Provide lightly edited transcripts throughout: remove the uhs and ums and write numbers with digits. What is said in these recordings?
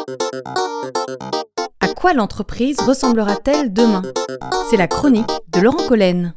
À quoi l'entreprise ressemblera-t-elle demain ? C'est la chronique de Laurent Collen.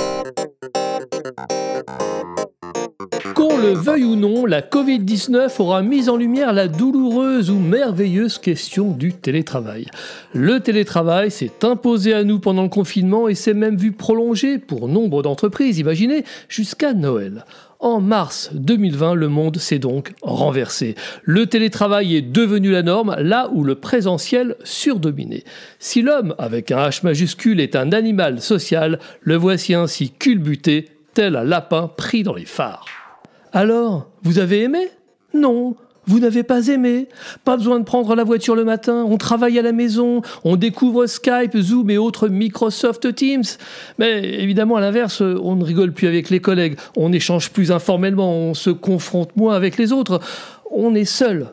Qu'on le veuille ou non, la Covid-19 aura mis en lumière la douloureuse ou merveilleuse question du télétravail. Le télétravail s'est imposé à nous pendant le confinement et s'est même vu prolongé, pour nombre d'entreprises, imaginez, jusqu'à Noël. En mars 2020, le monde s'est donc renversé. Le télétravail est devenu la norme, là où le présentiel surdominait. Si l'homme, avec un H majuscule, est un animal social, le voici ainsi culbuté, tel un lapin pris dans les phares. Alors, vous avez aimé ? Non, vous n'avez pas aimé. Pas besoin de prendre la voiture le matin, on travaille à la maison, on découvre Skype, Zoom et autres Microsoft Teams. Mais évidemment, à l'inverse, on ne rigole plus avec les collègues, on échange plus informellement, on se confronte moins avec les autres. On est seul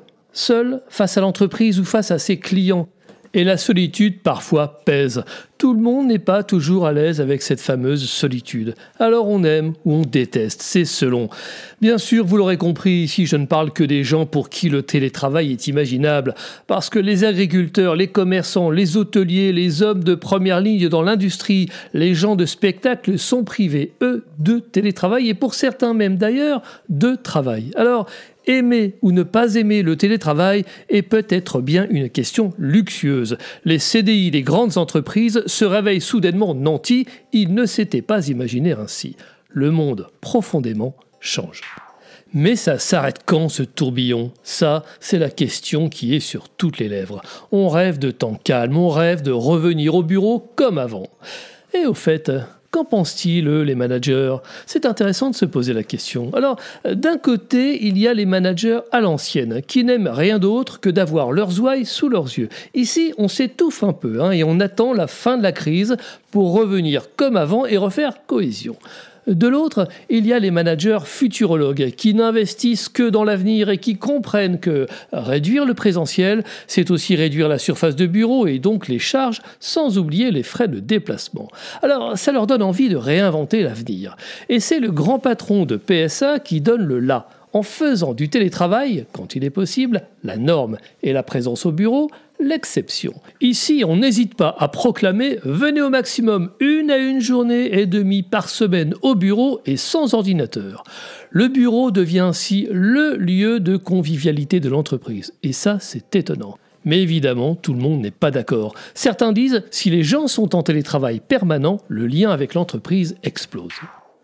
face à l'entreprise ou face à ses clients. Et la solitude, parfois, pèse. Tout le monde n'est pas toujours à l'aise avec cette fameuse solitude. Alors on aime ou on déteste, c'est selon. Bien sûr, vous l'aurez compris, ici je ne parle que des gens pour qui le télétravail est imaginable. Parce que les agriculteurs, les commerçants, les hôteliers, les hommes de première ligne dans l'industrie, les gens de spectacle sont privés, eux, de télétravail et pour certains même d'ailleurs, de travail. Alors, aimer ou ne pas aimer le télétravail est peut-être bien une question luxueuse. Les CDI des grandes entreprises se réveillent soudainement nantis, ils ne s'étaient pas imaginés ainsi. Le monde, profondément, change. Mais ça s'arrête quand ce tourbillon ? Ça, c'est la question qui est sur toutes les lèvres. On rêve de temps calme, on rêve de revenir au bureau comme avant. Et au fait, qu'en pensent-ils, les managers ? C'est intéressant de se poser la question. Alors, d'un côté, il y a les managers à l'ancienne, qui n'aiment rien d'autre que d'avoir leurs ouailles sous leurs yeux. Ici, on s'étouffe un peu, et on attend la fin de la crise pour revenir comme avant et refaire cohésion. De l'autre, il y a les managers futurologues qui n'investissent que dans l'avenir et qui comprennent que réduire le présentiel, c'est aussi réduire la surface de bureau et donc les charges, sans oublier les frais de déplacement. Alors, ça leur donne envie de réinventer l'avenir. Et c'est le grand patron de PSA qui donne le là, en faisant du télétravail, quand il est possible, la norme et la présence au bureau, l'exception. Ici, on n'hésite pas à proclamer « Venez au maximum 1 à 1 journée et demie par semaine au bureau et sans ordinateur ». Le bureau devient ainsi le lieu de convivialité de l'entreprise. Et ça, c'est étonnant. Mais évidemment, tout le monde n'est pas d'accord. Certains disent « Si les gens sont en télétravail permanent, le lien avec l'entreprise explose ».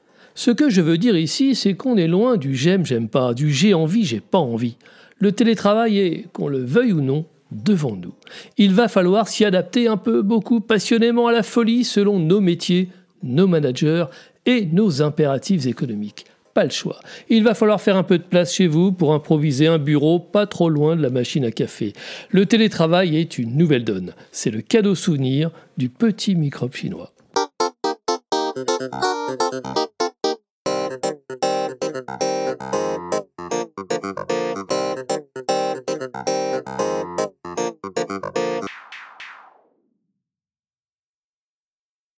Ce que je veux dire ici, c'est qu'on est loin du « j'aime pas », du « j'ai envie, j'ai pas envie ». Le télétravail est, qu'on le veuille ou non, devant nous. Il va falloir s'y adapter un peu, beaucoup, passionnément à la folie selon nos métiers, nos managers et nos impératifs économiques. Pas le choix. Il va falloir faire un peu de place chez vous pour improviser un bureau pas trop loin de la machine à café. Le télétravail est une nouvelle donne. C'est le cadeau souvenir du petit microbe chinois.